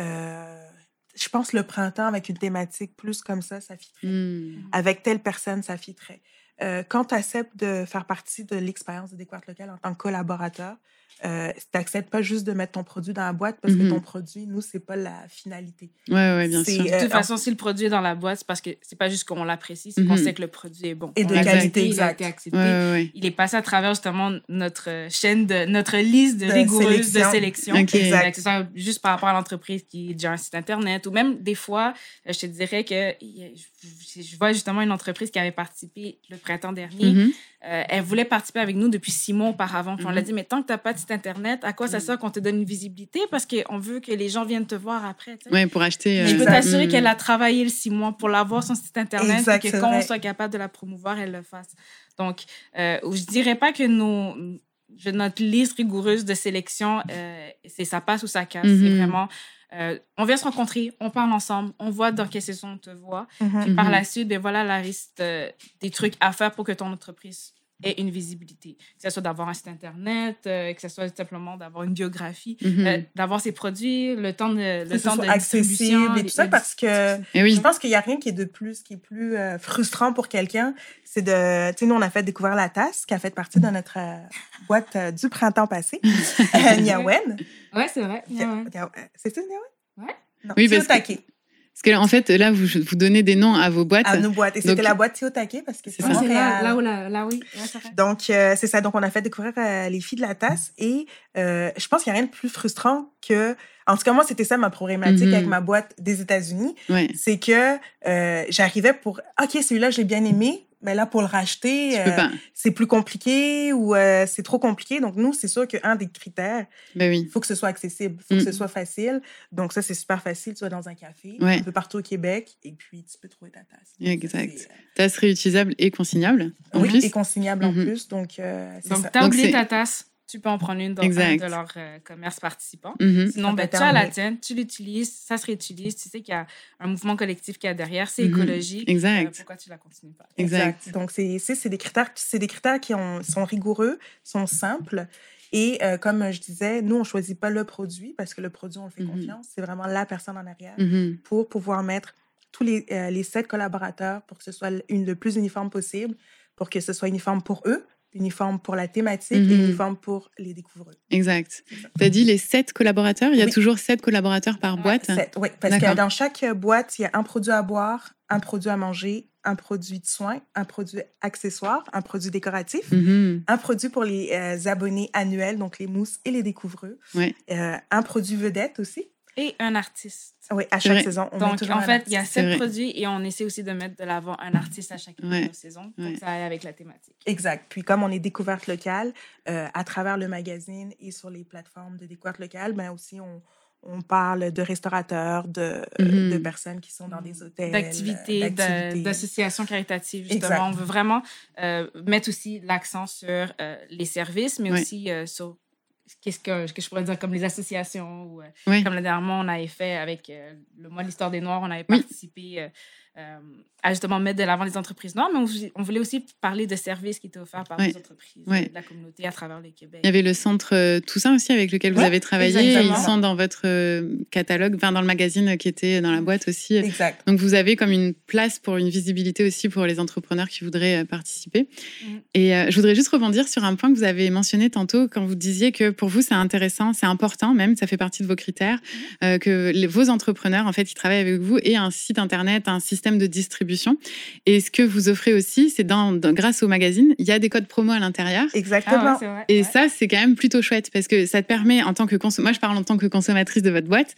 Je pense le printemps avec une thématique plus comme ça fitterait. Avec telle personne, ça fitterait. quand tu acceptes de faire partie de l'expérience de Découverte Locale en tant que collaborateur, tu n'acceptes pas juste de mettre ton produit dans la boîte parce que ton produit, nous, c'est pas la finalité. Ouais, bien sûr. De toute façon, si le produit est dans la boîte, c'est parce que c'est pas juste qu'on l'apprécie, c'est qu'on sait que le produit est bon. Et de qualité, exact. Il a été accepté. Il est passé à travers justement notre chaîne, notre liste rigoureuse de sélection. Exact. Que ce soit juste par rapport à l'entreprise qui a déjà un site Internet ou même des fois, je te dirais que je vois justement une entreprise qui avait participé le printemps dernier. Elle voulait participer avec nous depuis 6 mois auparavant. Puis on l'a dit, mais tant que tu n'as pas de site Internet, à quoi ça sert qu'on te donne une visibilité? Parce qu'on veut que les gens viennent te voir après. Oui, pour acheter. Je peux t'assurer qu'elle a travaillé le 6 mois pour l'avoir, son site Internet, et que quand on soit capable de la promouvoir, elle le fasse. Donc, je dirais pas que notre liste rigoureuse de sélection, c'est ça passe ou ça casse. C'est vraiment... on vient se rencontrer, on parle ensemble, on voit dans quelle saison on te voit. Puis par la suite, voilà la liste des trucs à faire pour que ton entreprise ait une visibilité. Que ce soit d'avoir un site Internet, que ce soit simplement d'avoir une biographie, d'avoir ses produits, le temps de distribution. Et tout ça, parce que je pense qu'il n'y a rien qui est plus frustrant pour quelqu'un. C'est de... Tu sais, nous, on a fait découvrir la tasse, qui a fait partie de notre boîte du printemps passé. Niawen. Oui, c'est vrai. C'est ça, Niawen? Oui. Non, oui, parce que, en fait, là, vous donnez des noms à vos boîtes. À nos boîtes. Et c'était la boîte Tiotake, parce que c'est ça. C'est là, oui. Ouais, c'est vrai. Donc, c'est ça. Donc, on a fait découvrir les filles de la tasse. Et je pense qu'il n'y a rien de plus frustrant que... En tout cas, moi, c'était ça ma problématique avec ma boîte des États-Unis. Ouais. C'est que j'arrivais pour... OK, celui-là, je l'ai bien aimé. Mais là, pour le racheter, c'est plus compliqué ou c'est trop compliqué. Donc, nous, c'est sûr qu'un des critères, il faut que ce soit accessible, il faut que ce soit facile. Donc, ça, c'est super facile. Tu vas dans un café, un peu partout au Québec, et puis tu peux trouver ta tasse. Donc, exact. Tasse réutilisable et consignable, en plus. Oui, et consignable en plus. Donc, c'est ça. T'as oublié ta tasse. Tu peux en prendre une dans un de leurs commerces participants. Sinon, tu as la tienne, tu l'utilises, ça se réutilise. Tu sais qu'il y a un mouvement collectif qui est derrière, c'est écologique. Pourquoi tu ne la continues pas? Exact. Donc, c'est des critères qui sont rigoureux, sont simples. Et comme je disais, nous, on ne choisit pas le produit parce que le produit, on le fait confiance. C'est vraiment la personne en arrière pour pouvoir mettre tous les 7 collaborateurs pour que ce soit le plus uniforme possible, pour que ce soit uniforme pour eux, uniforme pour la thématique et uniforme pour les découvreurs. Exact. Tu as dit les 7 collaborateurs? Il y a toujours 7 collaborateurs par boîte? 7, oui. Parce que dans chaque boîte, il y a un produit à boire, un produit à manger, un produit de soins, un produit accessoire, un produit décoratif, un produit pour les abonnés annuels, donc les mousses et les découvreurs, un produit vedette aussi. Et un artiste. Oui, à chaque saison. Donc, en fait, il y a 7 produits et on essaie aussi de mettre de l'avant un artiste à chacune de nos saisons pour que ça aille avec la thématique. Exact. Puis, comme on est découverte locale, à travers le magazine et sur les plateformes de découverte locale, ben aussi, on parle de restaurateurs, de personnes qui sont dans des hôtels. D'activités, d'associations caritatives, justement. Exact. On veut vraiment mettre aussi l'accent sur les services, mais aussi sur... Qu'est-ce que je pourrais dire, comme les associations ou comme le dernier mois, on avait fait avec le mois de l'histoire des Noirs, on avait participé à justement mettre de l'avant les entreprises noires, mais on voulait aussi parler de services qui étaient offerts par les entreprises de la communauté à travers le Québec. Il y avait le centre Toussaint aussi avec lequel vous avez travaillé. Exactement. Ils sont dans votre catalogue, dans le magazine qui était dans la boîte aussi. Exact. Donc vous avez comme une place pour une visibilité aussi pour les entrepreneurs qui voudraient participer. Et je voudrais juste rebondir sur un point que vous avez mentionné tantôt quand vous disiez que pour vous c'est intéressant, c'est important même, ça fait partie de vos critères, que vos entrepreneurs en fait qui travaillent avec vous aient un site internet, un système de distribution. Et ce que vous offrez aussi, c'est grâce au magazine, il y a des codes promo à l'intérieur. Exactement. Et ça, c'est quand même plutôt chouette parce que ça te permet, en tant que moi je parle en tant que consommatrice de votre boîte,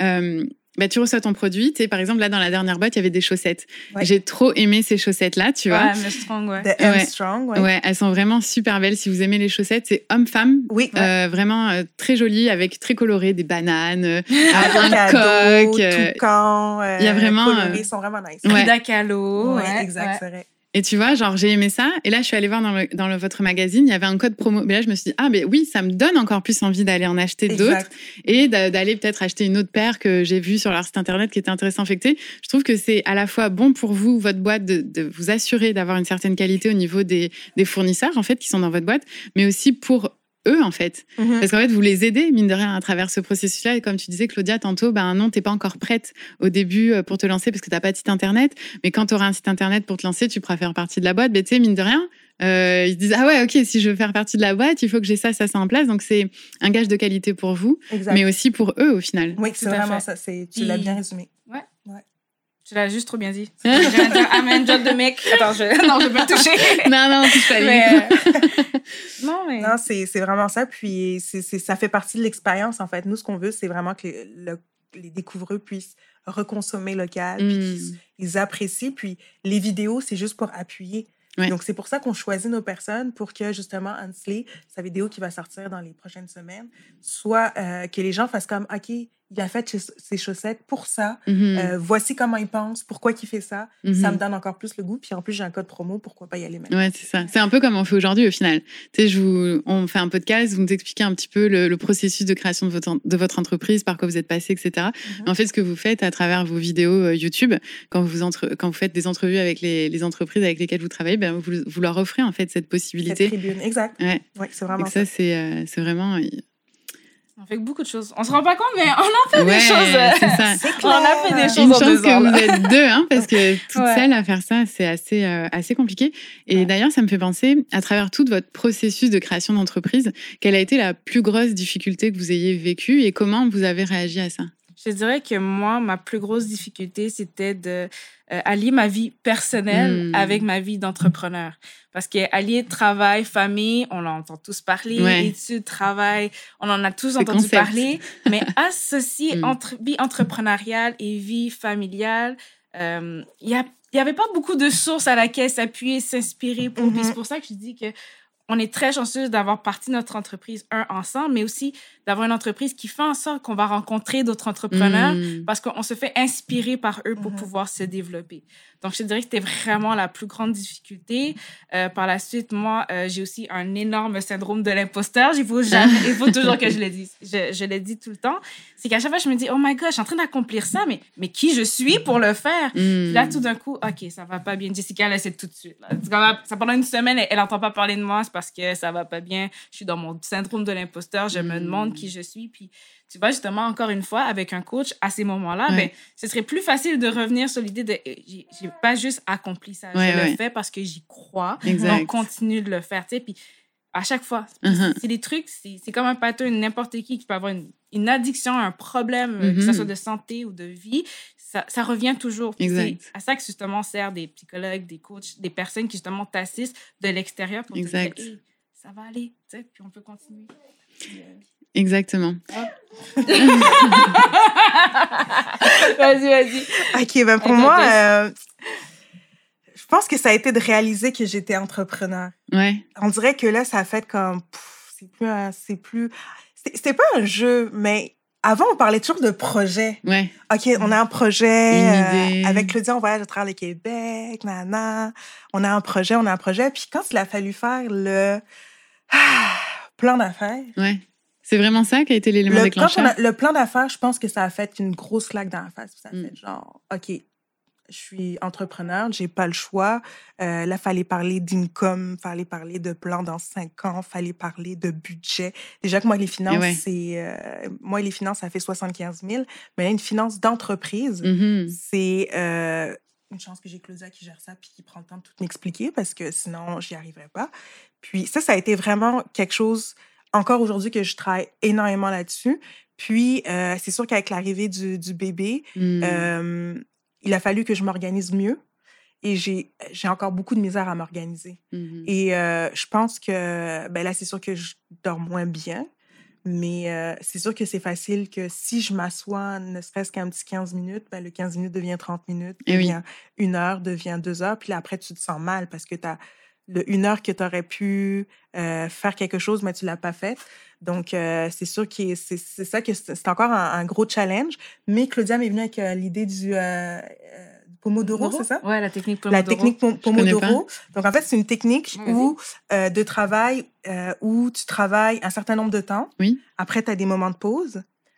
tu reçois ton produit. Par exemple, là, dans la dernière boîte, il y avait des chaussettes. J'ai trop aimé ces chaussettes-là, tu vois. Armstrong, The Armstrong, ouais, elles sont vraiment super belles. Si vous aimez les chaussettes, c'est homme-femme. Oui. Vraiment très jolies, avec très colorées, des bananes, un coq. Toucan. Il y a vraiment... colorés, sont vraiment nice. Frida Kahlo. Exact, c'est vrai. Et tu vois, genre, j'ai aimé ça. Et là, je suis allée voir dans votre magazine, il y avait un code promo. Mais là, je me suis dit, mais oui, ça me donne encore plus envie d'aller en acheter d'autres et d'aller peut-être acheter une autre paire que j'ai vue sur leur site internet qui était intéressant. Je trouve que c'est à la fois bon pour vous, votre boîte, de vous assurer d'avoir une certaine qualité au niveau des fournisseurs, en fait, qui sont dans votre boîte, mais aussi pour eux, en fait. Parce qu'en fait, vous les aidez, mine de rien, à travers ce processus-là. Et comme tu disais, Claudia, tantôt, non, t'es pas encore prête au début pour te lancer parce que t'as pas de site internet. Mais quand t'auras un site internet pour te lancer, tu pourras faire partie de la boîte. Mais tu sais, mine de rien, ils se disent, ah ouais, ok, si je veux faire partie de la boîte, il faut que j'ai ça en place. Donc, c'est un gage de qualité pour vous, mais aussi pour eux, au final. Oui, c'est vraiment ça. Tu l'as bien résumé. Ouais. Tu l'as juste trop bien dit. J'ai dire, amen, job de mec. Attends, non, je vais pas le toucher. non, touche pas mais... Non, c'est vraiment ça. Puis, ça fait partie de l'expérience, en fait. Nous, ce qu'on veut, c'est vraiment que les découvreux puissent reconsommer local, puis qu'ils apprécient. Puis, les vidéos, c'est juste pour appuyer. Ouais. Donc, c'est pour ça qu'on choisit nos personnes pour que, justement, Ansley, sa vidéo qui va sortir dans les prochaines semaines, soit que les gens fassent comme, OK, il a fait ses chaussettes pour ça. Voici comment il pense, pourquoi il fait ça. Ça me donne encore plus le goût. Puis en plus, j'ai un code promo, pourquoi pas y aller maintenant. Ouais, c'est ça. C'est un peu comme on fait aujourd'hui, au final. Tu sais, on fait un podcast, vous nous expliquez un petit peu le processus de création de votre entreprise, par quoi vous êtes passé, etc. En fait, ce que vous faites à travers vos vidéos YouTube, quand vous faites des entrevues avec les entreprises avec lesquelles vous travaillez, vous leur offrez en fait cette possibilité. Cette tribune, exact. Ouais, c'est vraiment donc ça. C'est vraiment... On fait beaucoup de choses. On se rend pas compte, mais on en fait des choses. C'est ça. C'est clair. On a fait des choses Une en 2 chance ans. Que vous êtes deux, parce que toute seule à faire ça, c'est assez compliqué. Et d'ailleurs, ça me fait penser, à travers tout votre processus de création d'entreprise, quelle a été la plus grosse difficulté que vous ayez vécue et comment vous avez réagi à ça? Je dirais que moi, ma plus grosse difficulté, c'était de allier ma vie personnelle avec ma vie d'entrepreneur. Parce que allier travail, famille, on en entend tous parler, études, travail, on en a tous entendu parler, mais associer vie entrepreneuriale et vie familiale, il y avait pas beaucoup de sources à laquelle s'appuyer, s'inspirer pour. Puis c'est pour ça que je dis que on est très chanceux d'avoir parti notre entreprise, ensemble, mais aussi d'avoir une entreprise qui fait en sorte qu'on va rencontrer d'autres entrepreneurs parce qu'on se fait inspirer par eux pour pouvoir se développer. Donc, je te dirais que c'était vraiment la plus grande difficulté. Par la suite, moi, j'ai aussi un énorme syndrome de l'imposteur. Il faut toujours que je le dise. Je le dis tout le temps. C'est qu'à chaque fois, je me dis, oh my God, je suis en train d'accomplir ça, mais qui je suis pour le faire? Puis là, tout d'un coup, OK, ça va pas bien. Jessica, elle essaie tout de suite. Là. Ça, pendant une semaine, elle n'entend pas parler de moi, c'est parce que ça va pas bien. Je suis dans mon syndrome de l'imposteur. Je me demande qui je suis. Puis, tu vois, justement, encore une fois, avec un coach, à ces moments-là, ce serait plus facile de revenir sur l'idée de j'ai pas juste accompli ça. Je le fais parce que j'y crois. On continue de le faire, tu sais. Puis, à chaque fois, c'est des trucs, c'est comme un pattern. N'importe qui peut avoir une addiction, un problème, que ce soit de santé ou de vie, ça revient toujours. C'est à ça que, justement, sert des psychologues, des coachs, des personnes qui, justement, t'assistent de l'extérieur pour te dire, hey, ça va aller, tu sais, puis on peut continuer. Exactement. Vas-y. OK, pour moi, je pense que ça a été de réaliser que j'étais entrepreneur. Ouais. On dirait que là, ça a fait comme... C'était pas un jeu, mais avant, on parlait toujours de projet. Ouais. OK, on a un projet. Une idée. Avec Claudia, on voyage à travers le Québec, nana. On a un projet. Puis quand il a fallu faire le plan d'affaires... Ouais. C'est vraiment ça qui a été l'élément déclencheur? Le plan d'affaires, je pense que ça a fait une grosse claque dans la face. Ça a fait genre, OK, je suis entrepreneur, j'ai pas le choix. Là, fallait parler d'income, fallait parler de plan dans 5 ans, fallait parler de budget. Déjà que moi, les finances, ça fait 75 000. Mais là, une finance d'entreprise, c'est une chance que j'ai Claudia qui gère ça puis qui prend le temps de tout m'expliquer parce que sinon, j'y arriverais pas. Puis ça a été vraiment quelque chose... Encore aujourd'hui que je travaille énormément là-dessus. Puis, c'est sûr qu'avec l'arrivée du bébé, il a fallu que je m'organise mieux. Et j'ai encore beaucoup de misère à m'organiser. Et je pense que... là, c'est sûr que je dors moins bien. Mais c'est sûr que c'est facile que si je m'assois ne serait-ce qu'un petit 15 minutes, le 15 minutes devient 30 minutes, devient 1 heure, devient 2 heures. Puis là, après, tu te sens mal parce que tu as... Le 1 heure que tu aurais pu faire quelque chose, mais tu ne l'as pas fait. Donc, c'est sûr que c'est ça que c'est encore un gros challenge. Mais Claudia m'est venue avec l'idée du Pomodoro, c'est ça? Oui, la technique Pomodoro. La technique Pomodoro. Donc, en fait, c'est une technique de travail où tu travailles un certain nombre de temps. Oui. Après, tu as des moments de pause.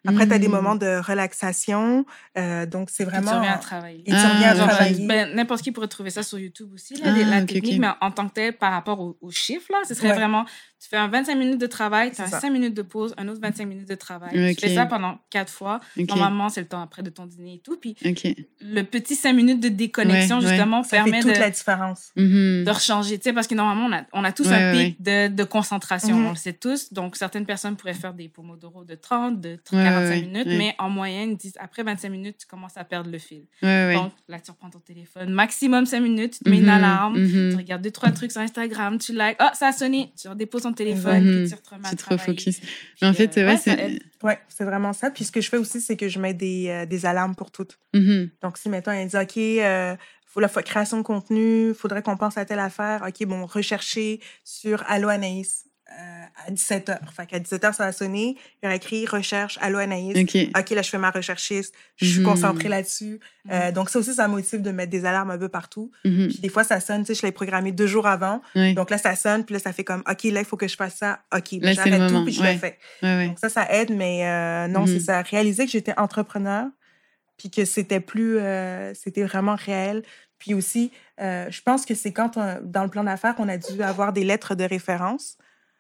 Après, tu as des moments de relaxation. Donc, c'est vraiment... Et tu reviens à travailler. Et tu reviens à travailler. N'importe qui pourrait trouver ça sur YouTube aussi, la technique, mais en tant que tel, par rapport aux chiffres, là, ce serait vraiment... Tu fais un 25 minutes de travail, tu as 5 minutes de pause, un autre 25 minutes de travail. Tu fais ça pendant 4 fois. Normalement, c'est le temps après de ton dîner et tout. Puis le petit 5 minutes de déconnexion, justement, permet toute la différence. De rechanger. Tu sais, parce que normalement, on a tous un pic de concentration. On le sait tous. Donc, certaines personnes pourraient faire des pomodoro de 30, de 45 minutes, mais en moyenne, ils disent, après 25 minutes, tu commences à perdre le fil. Donc, là, tu reprends ton téléphone. Maximum 5 minutes, tu te mets une alarme, tu regardes 2-3 trucs sur Instagram, tu likes, ça a sonné, tu redéposes ton téléphone, puis tu te remets à travailler. Refocus. Mais en fait, c'est vraiment ça. Puis ce que je fais aussi, c'est que je mets des alarmes pour toutes. Donc, si, mettons, elle dit, OK, faut la création de contenu, faudrait qu'on pense à telle affaire. OK, bon, rechercher sur Allô Anaïs à 17h. Fait qu'à 17h, ça va sonner. Il y aura écrit recherche Allô Anaïs. OK, là, je fais ma recherchiste. Je suis concentrée là-dessus. Donc, ça aussi, ça me motive de mettre des alarmes un peu partout. Puis des fois, ça sonne. Tu sais, je l'ai programmé 2 jours avant. Donc là, ça sonne. Puis là, ça fait comme OK, là, il faut que je fasse ça. OK, là, j'arrête tout, puis je le fais. Donc ça aide. Mais non, c'est ça. Réaliser que j'étais entrepreneur, puis que c'était vraiment réel. Puis aussi, je pense que c'est quand, dans le plan d'affaires, qu'on a dû avoir des lettres de référence,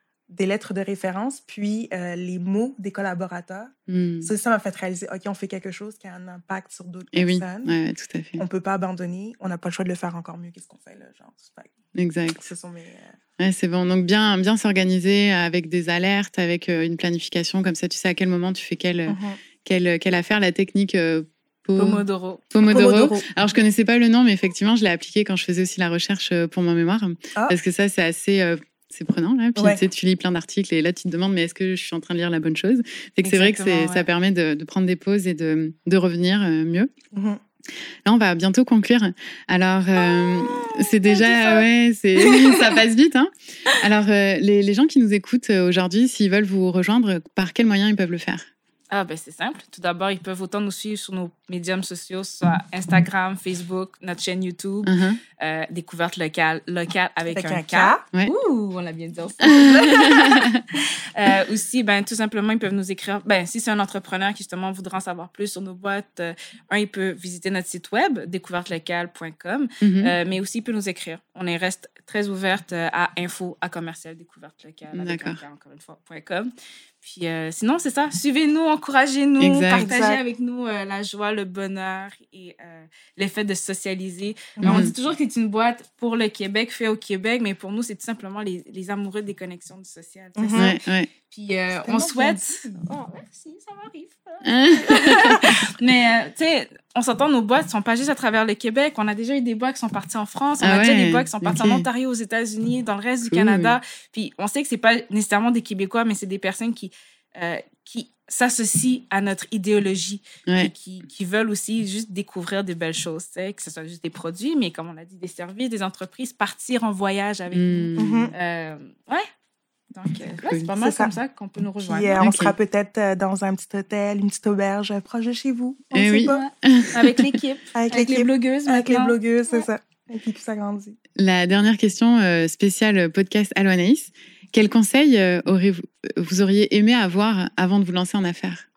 puis les mots des collaborateurs. Ça m'a fait réaliser, OK, on fait quelque chose qui a un impact sur d'autres personnes. Oui, tout à fait. On ne peut pas abandonner. On n'a pas le choix de le faire encore mieux. Qu'est-ce qu'on fait, là? Genre, exact. Ce sont mes... c'est bon. Donc, bien s'organiser avec des alertes, avec une planification. Comme ça, tu sais à quel moment tu fais quelle affaire, la technique... Pomodoro. Alors, je connaissais pas le nom, mais effectivement, je l'ai appliqué quand je faisais aussi la recherche pour mon mémoire. Parce que ça, c'est assez... c'est prenant, là. Puis, tu lis plein d'articles et là, tu te demandes, mais est-ce que je suis en train de lire la bonne chose? C'est vrai que ça permet de prendre des pauses et de revenir mieux. Là, on va bientôt conclure. Alors, c'est déjà... ça passe vite, hein. Alors, les gens qui nous écoutent aujourd'hui, s'ils veulent vous rejoindre, par quels moyens ils peuvent le faire? C'est simple. Tout d'abord, ils peuvent autant nous suivre sur nos médias sociaux, soit Instagram, Facebook, notre chaîne YouTube, Découverte locale avec un K. Ouh, on l'a bien dit aussi. Aussi, tout simplement, ils peuvent nous écrire. Si c'est un entrepreneur qui, justement, voudra en savoir plus sur nos boîtes, il peut visiter notre site web, découvertelocale.com, mais aussi, il peut nous écrire. On reste très ouverte à info@commercialdécouvertelocale, avec un K, encore une fois, .com. Puis sinon, c'est ça. Suivez-nous, encouragez-nous, partagez avec nous la joie, le bonheur et le fait de socialiser. On dit toujours que c'est une boîte pour le Québec, fait au Québec, mais pour nous, c'est tout simplement les amoureux des connexions du social. Puis on souhaite... Oh, merci, ça m'arrive. Mais, tu sais, on s'entend, nos boîtes ne sont pas juste à travers le Québec. On a déjà eu des boîtes qui sont parties en France. On a déjà des boîtes qui sont parties en Ontario, aux États-Unis, dans le reste du Canada. Puis on sait que ce n'est pas nécessairement des Québécois, mais c'est des personnes qui s'associent à notre idéologie et qui veulent aussi juste découvrir de belles choses, que ce soit juste des produits, mais comme on l'a dit, des services, des entreprises, partir en voyage avec nous. Donc, c'est pas mal comme ça qu'on peut nous rejoindre. Puis, on sera peut-être dans un petit hôtel, une petite auberge proche de chez vous. On ne sait pas. Avec l'équipe. Avec les blogueuses. Avec les blogueuses, c'est ça. Et puis, ça grandit. La dernière question spéciale podcast Allô Anaïs. Quel conseil vous auriez aimé avoir avant de vous lancer en affaires?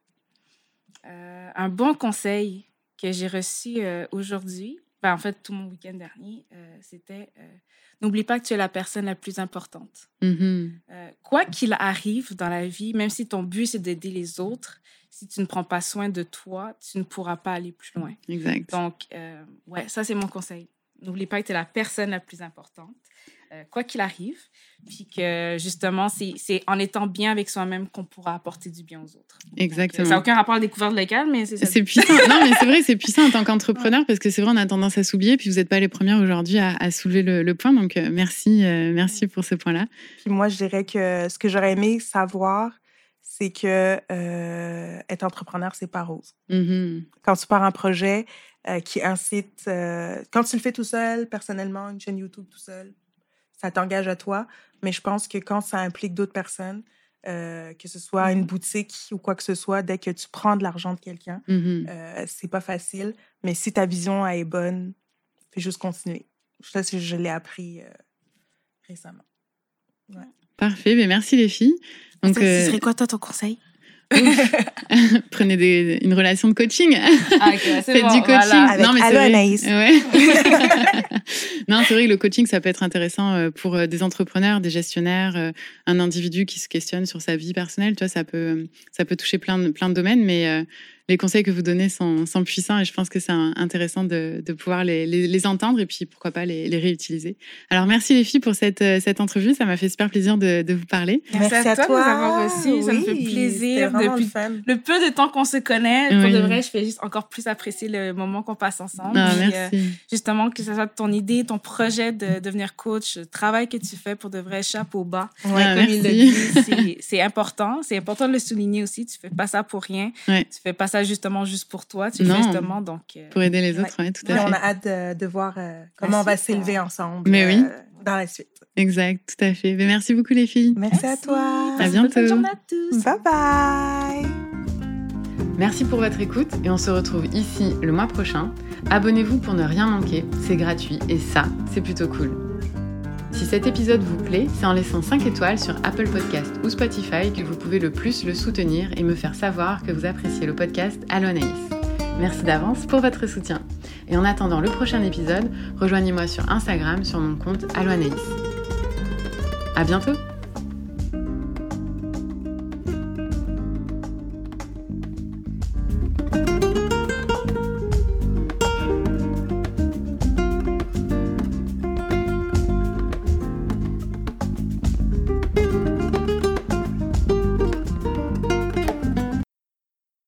Un bon conseil que j'ai reçu aujourd'hui, en fait, tout mon week-end dernier, c'était n'oublie pas que tu es la personne la plus importante. Quoi qu'il arrive dans la vie, même si ton but, c'est d'aider les autres, si tu ne prends pas soin de toi, tu ne pourras pas aller plus loin. Exact. Donc, ça, c'est mon conseil. N'oublie pas que tu es la personne la plus importante, quoi qu'il arrive. Puis que, justement, c'est en étant bien avec soi-même qu'on pourra apporter du bien aux autres. Exactement. Donc, ça n'a aucun rapport à la découverte locale, mais c'est ça. C'est puissant. Non, mais c'est vrai, c'est puissant en tant qu'entrepreneur parce que c'est vrai, on a tendance à s'oublier. Puis vous n'êtes pas les premières aujourd'hui à soulever le point. Donc, merci pour ce point-là. Puis moi, je dirais que ce que j'aurais aimé savoir, c'est que être entrepreneur, c'est pas rose. Quand tu pars un projet qui incite... quand tu le fais tout seul, personnellement, une chaîne YouTube tout seul, ça t'engage à toi. Mais je pense que quand ça implique d'autres personnes, que ce soit une boutique ou quoi que ce soit, dès que tu prends de l'argent de quelqu'un, c'est pas facile. Mais si ta vision est bonne, fais juste continuer. Ça, je l'ai appris récemment. Parfait. Mais merci les filles. Donc, ce serait quoi, toi, ton conseil? Prenez une relation de coaching. Ah, okay, Faites bon, du coaching. Voilà. Avec Allô Anaïs. Ouais. Non, c'est vrai que le coaching, ça peut être intéressant pour des entrepreneurs, des gestionnaires, un individu qui se questionne sur sa vie personnelle. Tu vois, ça peut toucher plein de domaines, mais les conseils que vous donnez sont puissants et je pense que c'est intéressant de pouvoir les entendre et puis pourquoi pas les réutiliser. Alors merci les filles pour cette entrevue, ça m'a fait super plaisir de vous parler. Merci à toi de nous avoir reçus, ça me fait plaisir. Depuis le peu de temps qu'on se connaît, pour de vrai, je fais juste encore plus apprécier le moment qu'on passe ensemble. Ah, merci. Justement, que ce soit ton idée, ton projet de devenir coach, le travail que tu fais pour de vrai, chapeau bas. Ouais, comme merci. il le dit, c'est important. C'est important de le souligner aussi. Tu fais pas ça pour rien. Ouais. Tu fais pas ça justement juste pour toi. Tu le fais justement donc... pour aider les autres, ouais, tout à fait. On a hâte de voir comment on va s'élever ensemble dans la suite. Exact, tout à fait. Mais merci beaucoup les filles. Merci à toi. À bientôt. Bonne journée à tous. Bye bye. Merci pour votre écoute et on se retrouve ici le mois prochain. Abonnez-vous pour ne rien manquer, c'est gratuit et ça, c'est plutôt cool. Si cet épisode vous plaît, c'est en laissant 5 étoiles sur Apple Podcast ou Spotify que vous pouvez le plus le soutenir et me faire savoir que vous appréciez le podcast Allô Anaïs. Merci d'avance pour votre soutien. Et en attendant le prochain épisode, rejoignez-moi sur Instagram sur mon compte Allô Anaïs. À bientôt!